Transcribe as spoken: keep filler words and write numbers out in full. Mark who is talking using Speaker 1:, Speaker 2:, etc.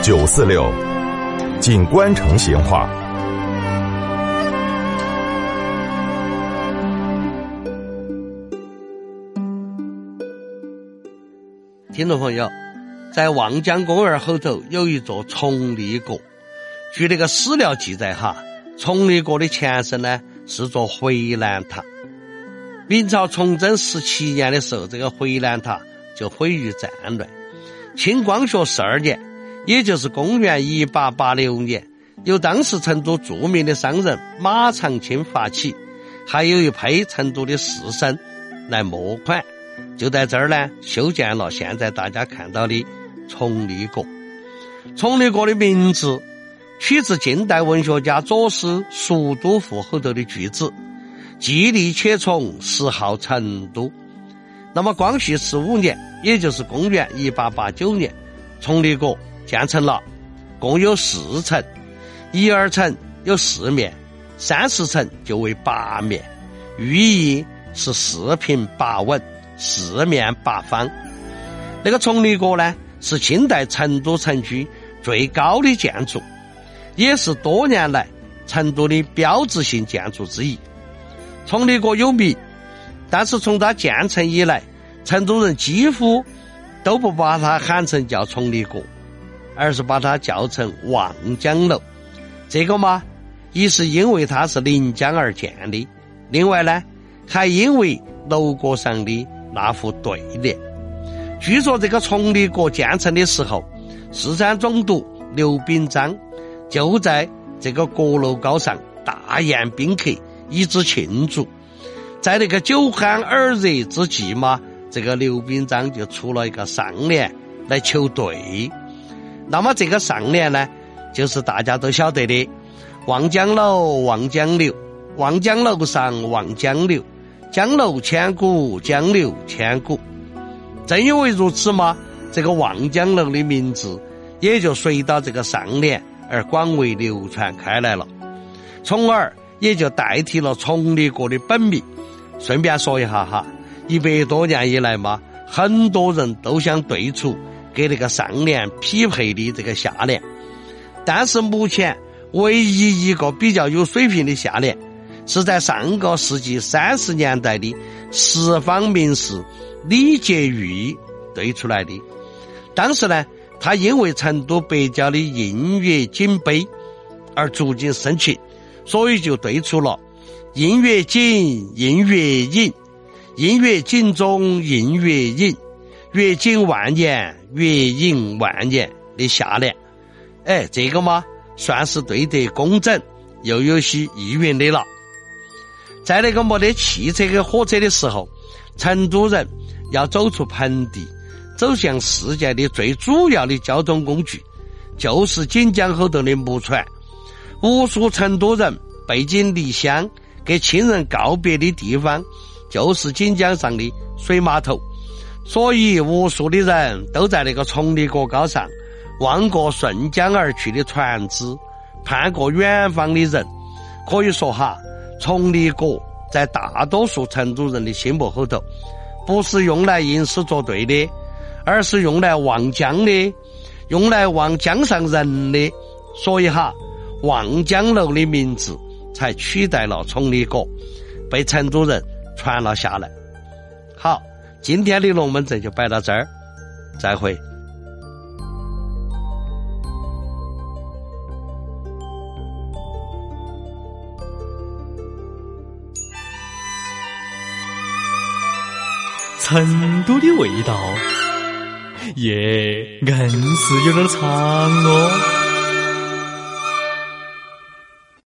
Speaker 1: 九四六，锦官城闲话。
Speaker 2: 听众朋友，在望江公园后头有一座崇利阁。据那个史料记载哈，崇利阁的前身呢是座回南塔。明朝崇祯十七年的时候，这个回南塔就毁于战乱。清光绪十二年，也就是公元一八八六年，由当时成都著名的商人马长青发起，还有一批成都的士绅来募款，就在这儿呢修建了现在大家看到的崇利阁。崇利阁的名字取自近代文学家左思《蜀都赋》后头的句子：既立且从，实号成都。那么光绪十五年，也就是公元一八八九年，崇利阁建成了，共有四层，一二层有四面，三十层就为八面，寓意是四平八稳，四面八方。那个崇利阁呢，是清代成都城区最高的建筑，也是多年来成都的标志性建筑之一。崇利阁有名，但是从它建成以来，成都人几乎都不把它喊成叫崇利阁，而是把它叫成望江楼。这个嘛，一是因为它是临江而建的，另外呢，还因为楼阁上的那副对联。据说这个崇利阁建成的时候，四川总督刘秉章就在这个阁楼高上大宴宾客，以之庆祝。在那个酒酣耳热之际嘛，这个刘秉章就出了一个上联来求对。那么这个上联呢，就是大家都晓得的：望江楼望江流，望江楼上望江流，江楼千古，江流千古。正因为如此嘛，这个望江楼的名字也就随到这个上联而广为流传开来了，从而也就代替了崇利阁的本名。顺便说一下哈，一百多年以来嘛，很多人都想对出给那个上联匹配的这个下联，但是目前唯一一个比较有水平的下联，是在上个世纪三十年代的十方名士李杰玉对出来的。当时呢，他因为成都北郊的音乐景碑而逐渐盛情，所以就对出了音乐景，音乐影，音乐景中音乐影，乐景万年，乐影万年的下联。哎，这个嘛，算是对得工整，又有些意蕴的了。在那个没得汽车和火车的时候，成都人要走出盆地，走向世界的最主要的交通工具就是锦江后头的木船。无数成都人背井离乡给亲人告别的地方就是锦江上的水码头，所以无数的人都在那个崇利阁高上望过顺江而去的船只，盼过远方的人。可以说哈，崇利阁在大多数成都人的心目后头，不是用来吟诗作对的，而是用来望江的，用来望江上人的。所以哈，望江楼的名字才取代了崇利阁，被成都人传了下来。好，今天的龙门阵就摆到这儿，再会。
Speaker 3: 成都的味道，耶，硬是有点长哦。